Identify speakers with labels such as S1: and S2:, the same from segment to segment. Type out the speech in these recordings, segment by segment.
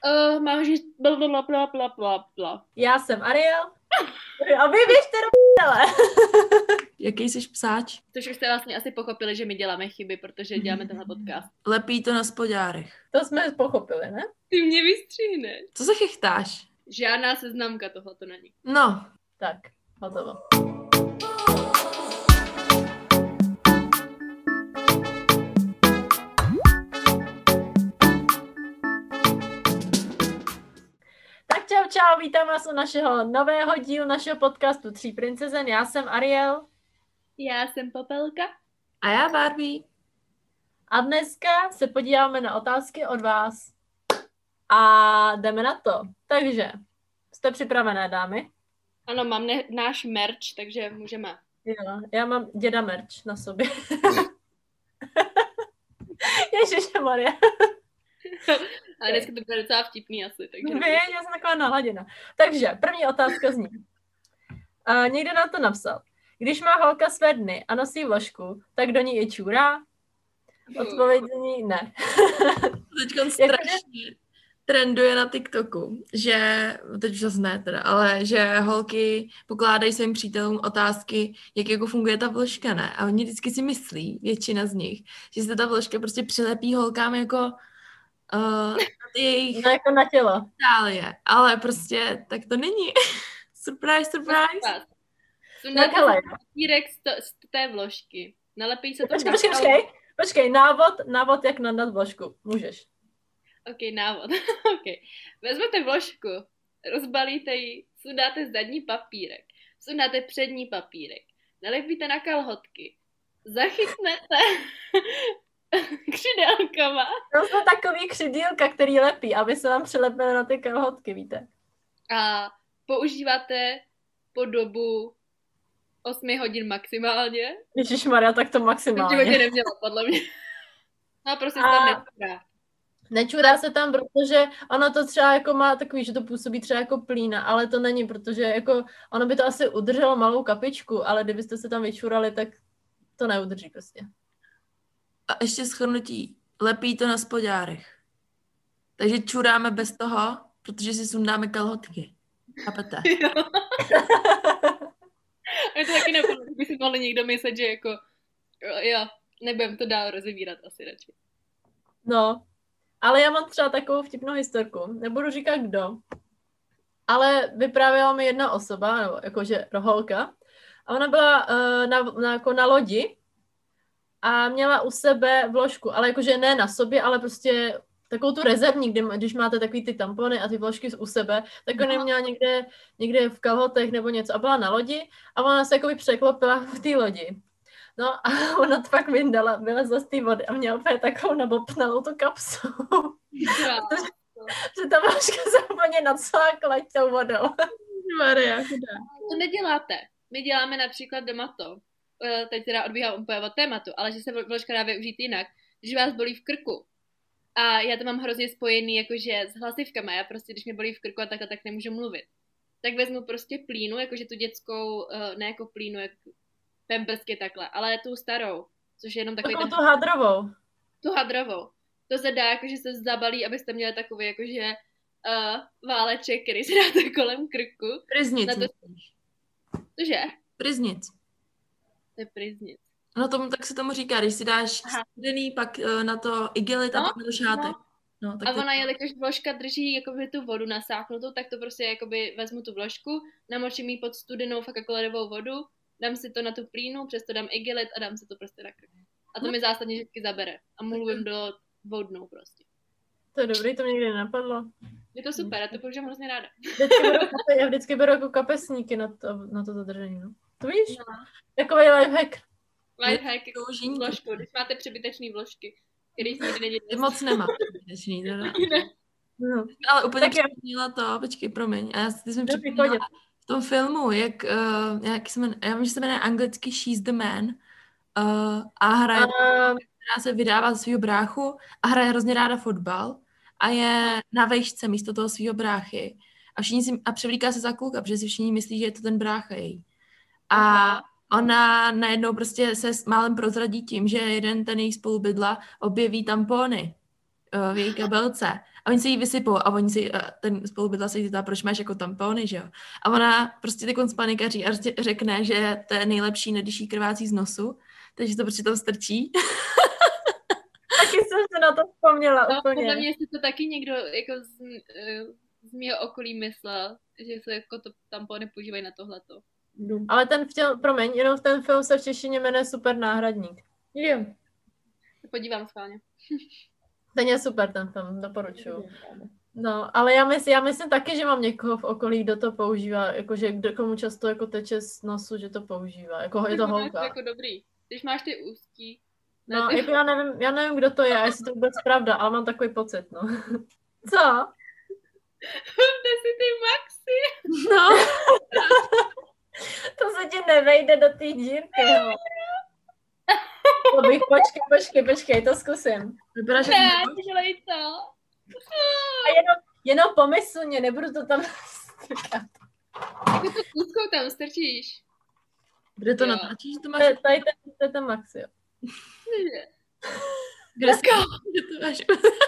S1: Mám říct blablabla.
S2: Já jsem Ariel. A vy běžte do p***le.
S3: Jaký jsi psáč?
S1: Což už jste vlastně asi pochopili, že my děláme chyby, protože děláme tenhle podcast.
S3: Lepí to na spodárech.
S2: To jsme pochopili, ne?
S1: Ty mě vystříhneš.
S3: Co se chechtáš?
S1: Žádná seznamka tohle to není.
S3: No.
S2: Tak, hotovo. Tak čau, vítám vás u našeho nového dílu našeho podcastu Tří princezen. Já jsem Ariel.
S1: Já jsem Popelka.
S3: A já Barbie.
S2: A dneska se podíváme na otázky od vás. A jdeme na to. Takže, jste připravené, dámy?
S1: Ano, mám náš merch, takže můžeme.
S2: Jo, já mám děda merch na sobě. Ježišmarja.
S1: Ale dneska to bude docela vtipný asi. Takže...
S2: Já jsem taková naladěna. Takže, první otázka zní. Někdo nám to napsal. Když má holka své dny a nosí vložku, tak do ní i čůrá? Odpověď zní ne.
S3: Teďkon strašně trenduje na TikToku, že, teď už zase ne teda, ale že holky pokládají svým přítelům otázky, jak jako funguje ta vložka, ne? A oni vždycky si myslí, většina z nich, že se ta vložka prostě přilepí holkám jako na ty jejich
S2: no, jako na tělo.
S3: tálie, ale prostě tak to není. Surprise, surprise.
S1: Sundáte papírek z té vložky. Nalepí se to
S2: Počkej, návod jak nadat vložku. Můžeš.
S1: Ok, návod. Okay. Vezmete vložku, rozbalíte ji, sundáte zadní papírek, sundáte přední papírek, nalepíte na kalhotky, zachytnete křidélkama.
S2: To jsou takový křidílka, který lepí, aby se vám přilepily na ty kalhotky, víte.
S1: A používáte po dobu 8 hodin maximálně.
S2: Ježišmarja, tak to maximálně.
S1: V životě neměla, podle mě. No prostě se tam nečurá.
S2: Nečurá se tam, protože ono to třeba jako má takový, že to působí třeba jako plína, ale to není, protože jako ono by to asi udrželo malou kapičku, ale kdybyste se tam vyčurali, tak to neudrží prostě.
S3: A ještě shrnutí. Lepí to na spodárech. Takže čuráme bez toho, protože si sundáme kalhotky. Chápete?
S1: Je to taky nepohodlné, by si mohli někdo myslet, že jako jo, nebudem to dál rozebírat asi radši.
S2: No, ale já mám třeba takovou vtipnou historku. Nebudu říkat kdo, ale vyprávěla mi jedna osoba, nebo jakože roholka, a ona byla jako na lodi a měla u sebe vložku, ale jakože ne na sobě, ale prostě takovou tu rezervní, když máte takový ty tampony a ty vložky u sebe, tak ona měla někde v kalhotech nebo něco a byla na lodi a ona se jakoby překlopila v té lodi. No a ona to pak vylezla z té vody a měla úplně takovou nabopnalou tu kapsu. Že ta vložka se úplně naclákla tou vodou.
S3: Maria,
S1: to neděláte. My děláme například doma to, teď teda odbíhám úplně od tématu, ale že se vložka dá využít jinak, když vás bolí v krku. A já to mám hrozně spojený jakože s hlasivkama. Já prostě, když mě bolí v krku a takhle, tak nemůžu mluvit. Tak vezmu prostě plínu, jakože tu dětskou, ne jako plínu, jak pampersky takhle, ale tu starou, což je jenom takový
S2: tu hadrovou.
S1: Tu hadrovou. To se dá, jakože se zabalí, abyste měli takový, jakože váleček, který si dáte kolem krku.
S3: Pryznic.
S1: Cože?
S3: Pryznic.
S1: To je pryznic.
S3: No tak se tomu říká, když si dáš studený, pak na to igelit a pak na to šátek. No,
S1: a ona, jelikož vložka drží jakoby tu vodu nasáknutou, tak to prostě jakoby vezmu tu vložku, namočím ji pod studenou fakt jako ledovou vodu, dám si to na tu plínu, přesto dám igelit a dám si to prostě na krk. A to mi zásadně vždycky zabere. A mluvím do vodnou prostě.
S2: To je dobrý, to mě nikdy nenapadlo.
S1: Je to super, já to používám hrozně ráda.
S2: Já vždycky beru jako kapesníky na to zadržení, no. To víš? No. Takový lifehack.
S1: Lifehack, jako vložku, když máte přebytečný vložky, kterých nikdy neděláte.
S3: Ty moc nemá přebytečný, teda. No. Ale úplně tak měla to, počkej, promiň. A já jsem připomněla v tom filmu, jak se jmenuje, já vím, že se jmenuje anglicky She's the Man a hraje, která se vydává ze svýho bráchu a hraje hrozně ráda fotbal a je na vejšce místo toho svýho bráchy a převlíká se za kluka, protože si všichni myslí, že je to ten brácha její. A ona najednou prostě se málem prozradí tím, že jeden ten její spolubydla objeví tampony v její kabelce a oni se jí vysypou a oni si, ten spolubydla se jí zeptá, proč máš jako tampony, že jo? A ona prostě teď spanikaří a řekne, že to je nejlepší, když jí krvácí z nosu, takže to prostě tam strčí.
S2: Taky jsem se na to vzpomněla úplně.
S1: Podle mě si to taky někdo jako z mého okolí myslel, že se jako to tampony používají na tohleto.
S2: Ale ten jenom ten film se v češtině jmenuje Super náhradník. Jo.
S1: Podívám schválně.
S2: Ten je super, ten film, doporučuju. No, ale já myslím taky, že mám někoho v okolí, kdo to používá, jakože komu často jako teče z nosu, že to používá, jako je to holka.
S1: Jako dobrý. Když máš ty úzký.
S2: No, jako já nevím, kdo to je, a jestli to vůbec pravda, ale mám takový pocit, no. Co?
S1: Kde jsi ty Maxi?
S3: No.
S2: To se ti nevejde do té dírky, jo. Počkej, to zkusím.
S3: Vypadá, že
S1: ne, dělej to.
S2: A jenom pomyslně, nebudu to tam strkat.
S1: Jako to kůzkou tam strčíš.
S3: Kde to natáčíš? To máš...
S2: Tady to je ten Maxi, jo.
S3: Kde to máš?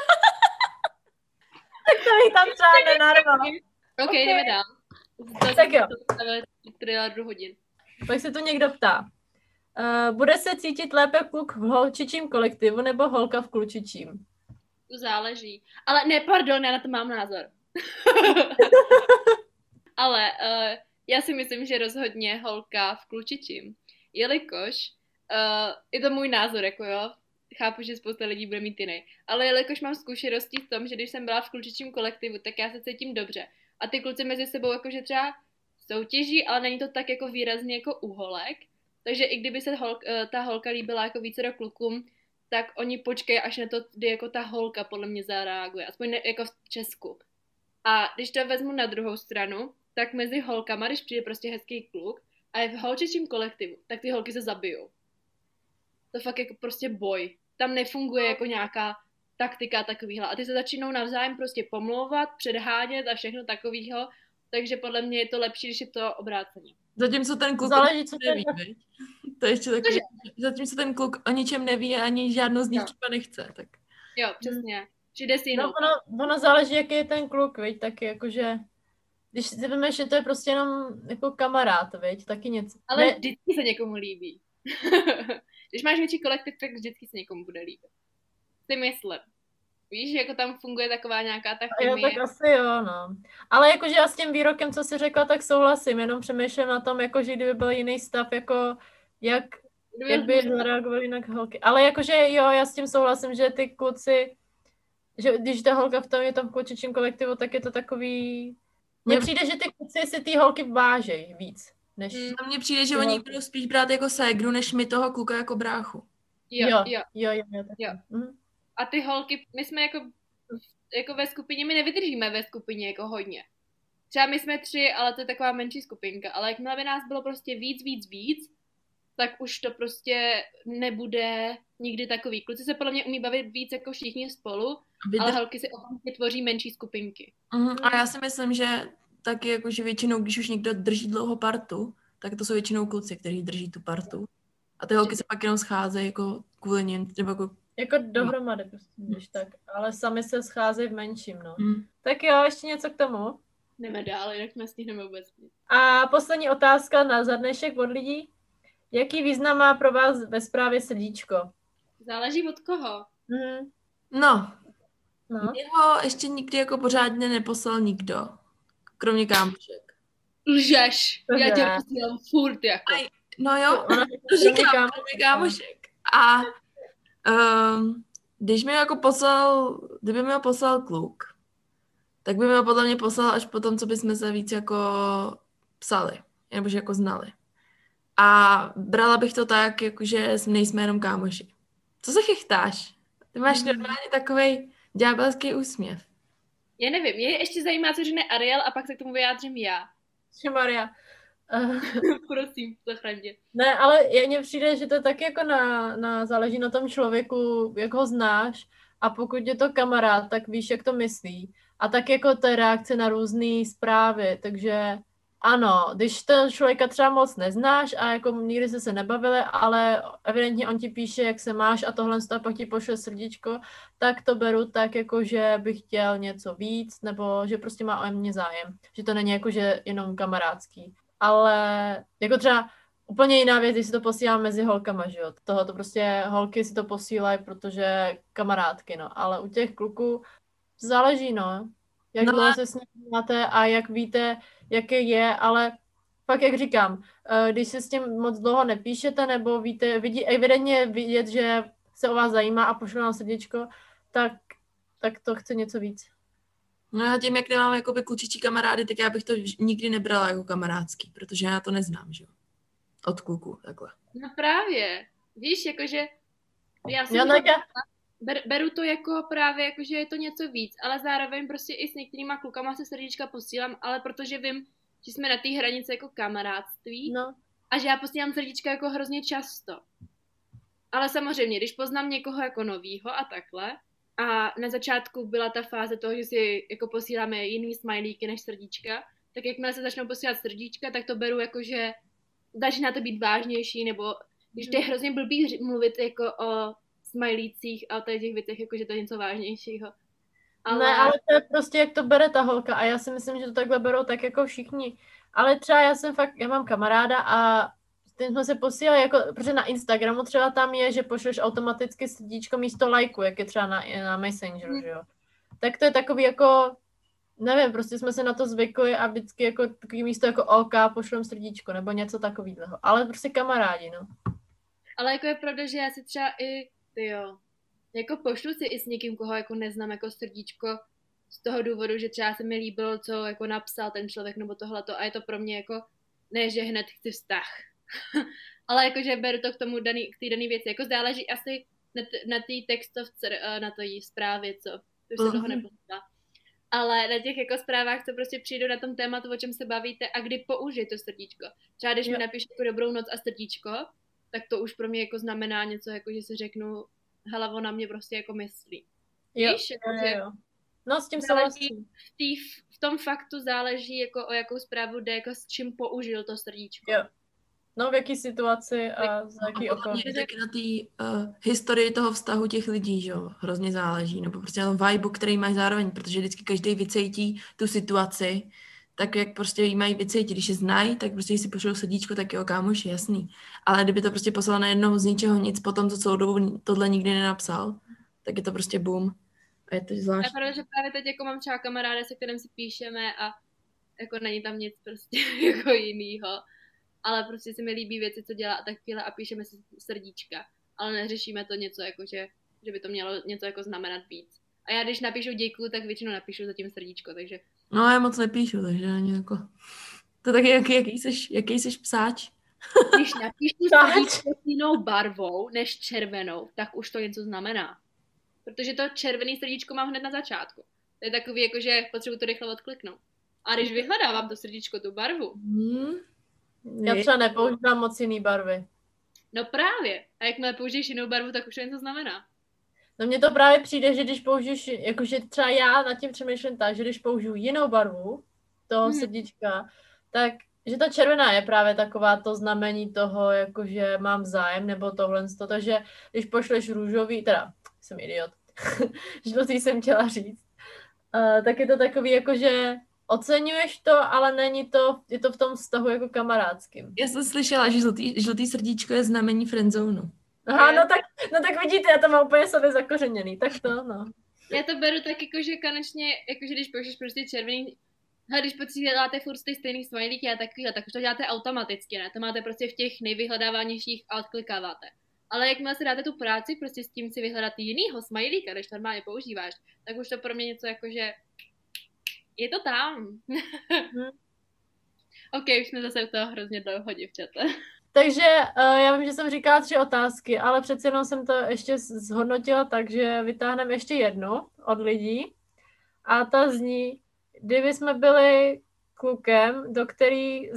S2: Tak to mi tam třeba nenarval.
S1: Ok, jdeme dál.
S2: Tak jo.
S1: Trvá 2 hodin.
S2: Pak se tu někdo ptá. Bude se cítit lépe kluk v holčičím kolektivu nebo holka v klučičím?
S1: To záleží. Ale ne, pardon, já na to mám názor. Ale já si myslím, že rozhodně holka v klučičím. Jelikož, je to můj názor, jako jo, chápu, že spousta lidí bude mít jiný, ale jelikož mám zkušenosti v tom, že když jsem byla v klučičím kolektivu, tak já se cítím dobře. A ty kluci mezi sebou jakože třeba soutěží, ale není to tak jako výrazně jako u holek. Takže i kdyby se ta holka líbila jako více klukům, tak oni počkají až na to, kdy jako ta holka podle mě zareaguje. Aspoň ne, jako v Česku. A když to vezmu na druhou stranu, tak mezi holkama, když přijde prostě hezký kluk a je v holčičím kolektivu, tak ty holky se zabijou. To fakt jako prostě boj. Tam nefunguje jako nějaká taktika takovýhle. A ty se začínou navzájem prostě pomlouvat, předhánět a všechno takovýho. Takže podle mě je to lepší, když je to obráceně.
S3: Zatímco ten kluk
S2: záleží, co
S3: neví, to je ještě takový. Zatímco ten kluk o ničem neví a ani žádnou z nich třeba nechce. Tak.
S1: Jo, přesně. Přijde si jinou.
S2: No, ono záleží, jaký je ten kluk, viď, taky jakože, když si vemeš, že to je prostě jenom jako kamarád, viď, taky něco.
S1: Ale vždycky se někomu líbí. Když máš větší kolektiv, tak vždycky se někomu bude líbit. Si myslím. Víš, jako tam funguje taková nějaká ta chemie.
S2: Jo, tak asi jo, no. Ale jakože já s tím výrokem, co jsi řekla, tak souhlasím, jenom přemýšlím na tom, jakože kdyby byl jiný stav, jako jak by zareagovali jinak holky. Ale jakože jo, já s tím souhlasím, že ty kluci, že když ta holka v tom je tam v klučičím kolektivu, tak je to takový... Mně přijde, že ty kluci si ty holky vážejí víc. Než
S3: mně přijde, že oni budou spíš brát jako ségru, než mi toho kluka jako bráchu.
S2: Jo.
S1: A ty holky, my jsme jako ve skupině, my nevydržíme ve skupině jako hodně. Třeba my jsme 3, ale to je taková menší skupinka, ale jakmile by nás bylo prostě víc, tak už to prostě nebude nikdy takový. Kluci se podle mě umí bavit víc jako všichni spolu, ale holky si okamžitě tvoří menší skupinky.
S3: A já si myslím, že taky jakože většinou, když už někdo drží dlouho partu, tak to jsou většinou kluci, kteří drží tu partu. A ty holky se pak jenom scházejí jako kvůli nim, nebo
S2: jako dohromady prostě, když tak. Ale sami se scházejí v menším, no. Tak jo, ještě něco k tomu?
S1: Jdeme dál, jinak nestihneme vůbec.
S2: A poslední otázka za dnešek od lidí. Jaký význam má pro vás ve zprávě srdíčko?
S1: Záleží od koho.
S3: No. Jeho ještě nikdy jako pořádně neposlal nikdo. Kromě kámošek.
S1: Lžeš. Já tě posílám furt jako.
S3: No jo, to říkám, kromě kámošek. A když mi jako kdyby mi ho poslal kluk, tak by mi ho podle mě poslal až potom, co bychom se víc jako psali, nebo že jako znali. A brala bych to tak, jakože nejsme jenom kámoši. Co se chychtáš? Ty máš normálně takovej ďábelský úsměv.
S1: Já nevím, mě ještě zajímá, co řekne Ariel a pak se k tomu vyjádřím já.
S2: Maria.
S1: Prosím, zachraňte.
S2: Ne, ale mně přijde, že to tak jako záleží na tom člověku, jak ho znáš, a pokud je to kamarád, tak víš, jak to myslí. A tak jako to je reakce na různé zprávy, takže Ano, když ten člověka třeba moc neznáš a jako nikdy jste se nebavili, ale evidentně on ti píše, jak se máš a tohle a pak ti pošle srdíčko, tak to beru tak, jako že bych chtěl něco víc, nebo že prostě má o mě zájem. Že to není jako, že jenom kamarádský. Ale jako třeba úplně jiná věc, když si to posílám mezi holkama, že jo. To prostě holky si to posílají, protože kamarádky, no. Ale u těch kluků záleží, no. Jak dlouho se s ním máte a jak víte, jaký je, ale pak, jak říkám, když se s tím moc dlouho nepíšete, nebo evidentně vidět, že se o vás zajímá a pošle vám srdíčko, tak to chce něco víc.
S3: No já tím, jak nemám jakoby klučičí kamarády, tak já bych to nikdy nebrala jako kamarádský, protože já to neznám, že jo. Od kluku, takhle.
S1: No právě. Víš, jakože beru to jako právě, jakože je to něco víc, ale zároveň prostě i s některýma klukama se srdíčka posílám, ale protože vím, že jsme na té hranici jako kamarádství a že já posílám srdíčka jako hrozně často. Ale samozřejmě, když poznám někoho jako novýho a takhle, a na začátku byla ta fáze toho, že si jako posíláme jiný smajlíky než srdíčka, tak jakmile se začnou posílat srdíčka, tak to beru jako, že začíná to být vážnější, nebo když to je hrozně blbý mluvit jako o smajlících a o těch věcech, jako že to je něco vážnějšího.
S2: Ale to je prostě, jak to bere ta holka a já si myslím, že to takhle berou tak jako všichni. Ale třeba já mám kamaráda a ten jsme se posílali, jako, protože na Instagramu třeba tam je, že pošleš automaticky srdíčko místo lajku, jak je třeba na Messengeru, že jo. Tak to je takový jako, nevím, prostě jsme se na to zvykli a vždycky jako takový místo jako OK, pošlem srdíčko, nebo něco takového. Ale prostě kamarádi, no.
S1: Ale jako je pravda, že já si třeba jako pošlu si i s někým, koho jako neznám, jako srdíčko, z toho důvodu, že třeba se mi líbilo, co jako napsal ten člověk, nebo tohleto, a je to pro mě jako, ne, že hned chci vztah. Ale jakože beru to k tomu k té dané věci. Jako záleží asi na té textovce, na té zprávě, co už se toho neposlala. Ale na těch jako zprávách, co prostě přijdu na tom tématu, o čem se bavíte a kdy použij to srdíčko. Třeba když mi napíše jako dobrou noc a srdíčko, tak to už pro mě jako znamená něco, jako že si řeknu, hele, ona mě prostě jako myslí. Víš?
S2: Jo. No s tím souhlasím.
S1: V tom faktu záleží, jako o jakou zprávu jde, jako s čím použil to srdíčko.
S2: Jo. No v jaký situaci a za jaký okolnosti.
S3: Taky na té historii toho vztahu těch lidí, že jo, hrozně záleží. Nebo prostě na tom vibe, který máš zároveň, protože vždycky každý vycítí tu situaci, tak jak prostě jí mají vycítit. Když je znají, tak prostě když si pošlou srdíčko, tak jo, kámoš, jasný. Ale kdyby to prostě poslal na jednoho z ničeho nic, potom to celou dobu tohle nikdy nenapsal, tak je to prostě boom. A je to zvláštní.
S1: A protože právě teď jako mám třeba kamaráda, se kterým si píšeme a jako není tam nic prostě jako jinýho. Ale prostě se mi líbí věci, co dělá a tak chvíle a píšeme si srdíčka. Ale neřešíme to něco jako, že by to mělo něco jako znamenat víc. A já když napíšu děkuju, tak většinou napíšu zatím srdíčko, takže...
S3: No já moc nepíšu, takže ani jako... To taky jaký jsi psáč.
S1: Když napíšu srdíčko s jinou barvou než červenou, tak už to něco znamená. Protože to červený srdíčko mám hned na začátku. To je takový jako, že potřebuji to rychle odkliknout. A když vyhledávám to srdíčko, tu barvu...
S2: Já třeba nepoužívám moc jiný barvy.
S1: No právě. A jakmile použiješ jinou barvu, tak už to něco znamená.
S2: No mně to právě přijde, že když použiješ, jakože třeba já nad tím přemýšlím tak, že když použiju jinou barvu toho srdíčka, tak že ta červená je právě taková to znamení toho, jakože mám zájem nebo tohle, takže když pošleš růžový, teda jsem idiot, žlutý jsem chtěla říct, tak je to takový jakože oceňuješ to, ale není to, je to v tom vztahu jako kamarádským.
S3: Já jsem slyšela, že žlutý srdíčko je znamení friendzonu.
S2: Aha, no tak vidíte, já to mám úplně sobě zakořeněný, tak to, no.
S1: Já to beru tak jako, že konečně, jakože když použiješ prostě červený, když děláte furt ty stejný smajlíky a takovýhle, tak už to děláte automaticky, ne? To máte prostě v těch nejvyhledávanějších a odklikáváte. Ale jakmile si dáte tu práci, prostě s tím si vyhledat jinýho smajlíka, když normálně používáš, tak už to pro mě něco jako, že je to tam. OK, už jsme zase u toho hrozně dlouho, děvčata.
S2: Takže já vím, že jsem říkala 3 otázky, ale přeci jenom jsem to ještě zhodnotila, takže vytáhneme ještě jednu od lidí. A ta zní, kdyby jsme byli klukem, do který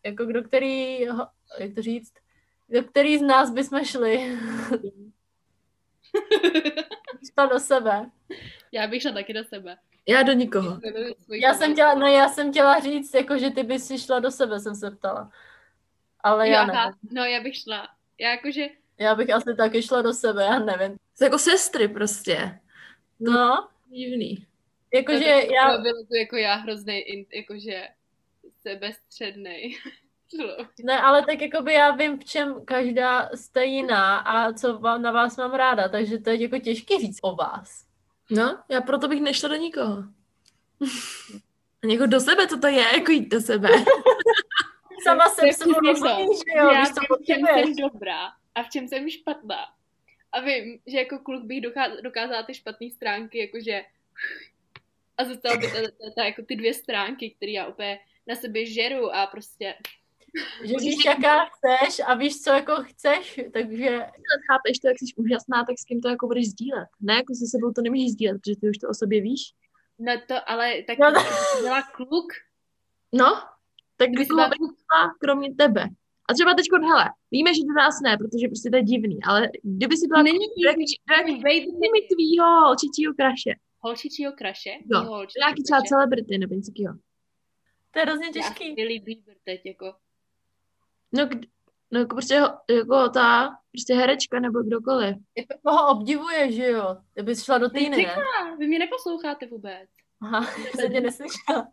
S2: z nás bychom šli? Šla do sebe.
S1: Já bych šla taky do sebe.
S3: Já do nikoho.
S2: Já jsem chtěla říct, jako, že ty bys si šla do sebe, jsem se ptala. Ale já nevím.
S1: No, já bych šla.
S2: Já bych asi taky šla do sebe, já nevím.
S3: Jsi jako sestry prostě.
S2: No.
S3: Divný.
S2: Jakože já...
S1: Bylo to jako já hroznej, jakože sebestřednej.
S2: Ne, ale tak jakoby já vím, v čem každá jste jiná a co na vás mám ráda, takže to je jako těžké říct o vás.
S3: No, já proto bych nešla do nikoho. Jako do sebe, co to je, jako jít do sebe.
S2: Sama jsem se že jo, víš, co
S1: v čem jsem dobrá a v čem jsem špatná. A vím, že jako kluk bych dokázala ty špatné stránky, jakože a zůstala by jako ty 2 stránky, které já úplně na sebe žeru a prostě...
S2: Že víš, jaká chceš a víš, co jako chceš, takže...
S3: Chápeš to, jak jsi úžasná, tak s kým to jako budeš sdílet. Ne, jako se sebou to nemůžeš sdílet, protože ty už to o sobě víš.
S1: No to, ale tak byla kluk.
S3: No, tak by to byla kromě tebe. A třeba teď, hele, víme, že do nás ne, protože prostě to je divný, ale kdyby si byla mi tvýho holčičího kraše.
S1: Holčičího kraše?
S3: Jo, nějaký třeba celebrity nebo něco takového.
S2: To je hrozně těžký.
S1: Já Hailey Bieber teď, jako.
S3: No jako prostě jako ta prostě herečka nebo kdokoliv.
S2: Jako koho obdivuje, že jo? Ty bys šla do týny, ne?
S1: Vy mě neposloucháte vůbec.
S2: Aha, jsem tě neslyšela.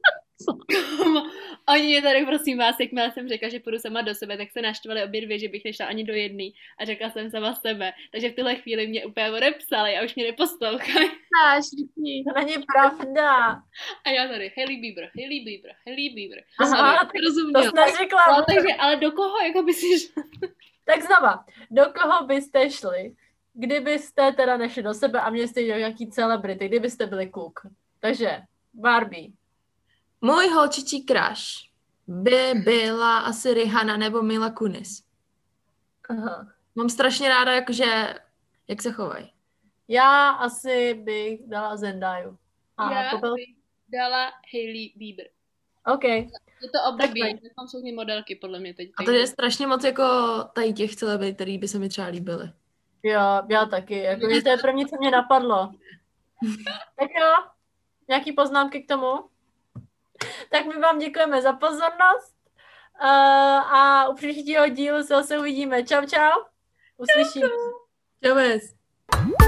S1: Oni mě tady, prosím vás, jakmile jsem řekla, že půjdu sama do sebe, tak se naštvali obě 2, že bych nešla ani do jedné a řekla jsem sama sebe. Takže v téhle chvíli mě úplně odepsali a už mě neposlouchají.
S2: To není pravda.
S1: A já tady, Hailey Bieber.
S2: Aha, tak to jsi neřekla.
S1: No, takže, ale do koho, jako by si šla?
S2: Tak znova, do koho byste šli, kdybyste teda nešli do sebe a měli jste nějaký celebrity, kdybyste byli kluk. Takže, Barbie.
S3: Můj holčičí crush by byla asi Rihanna nebo Mila Kunis.
S2: Aha.
S3: Mám strašně ráda, jakože, jak se chovají.
S2: Já asi bych dala Zendaju.
S1: Já bych dala Hailey Bieber.
S2: OK.
S1: Je to období, tam jsou modelky, podle mě teď.
S3: A to je strašně moc jako tady těch celebrit, který by se mi třeba líbily.
S2: Jo, já taky. Jako, to je první, co mě napadlo. Tak jo, nějaký poznámky k tomu? Tak my vám děkujeme za pozornost a u příštího dílu se zase uvidíme. Čau, čau. Uslyšíme.
S3: Čau.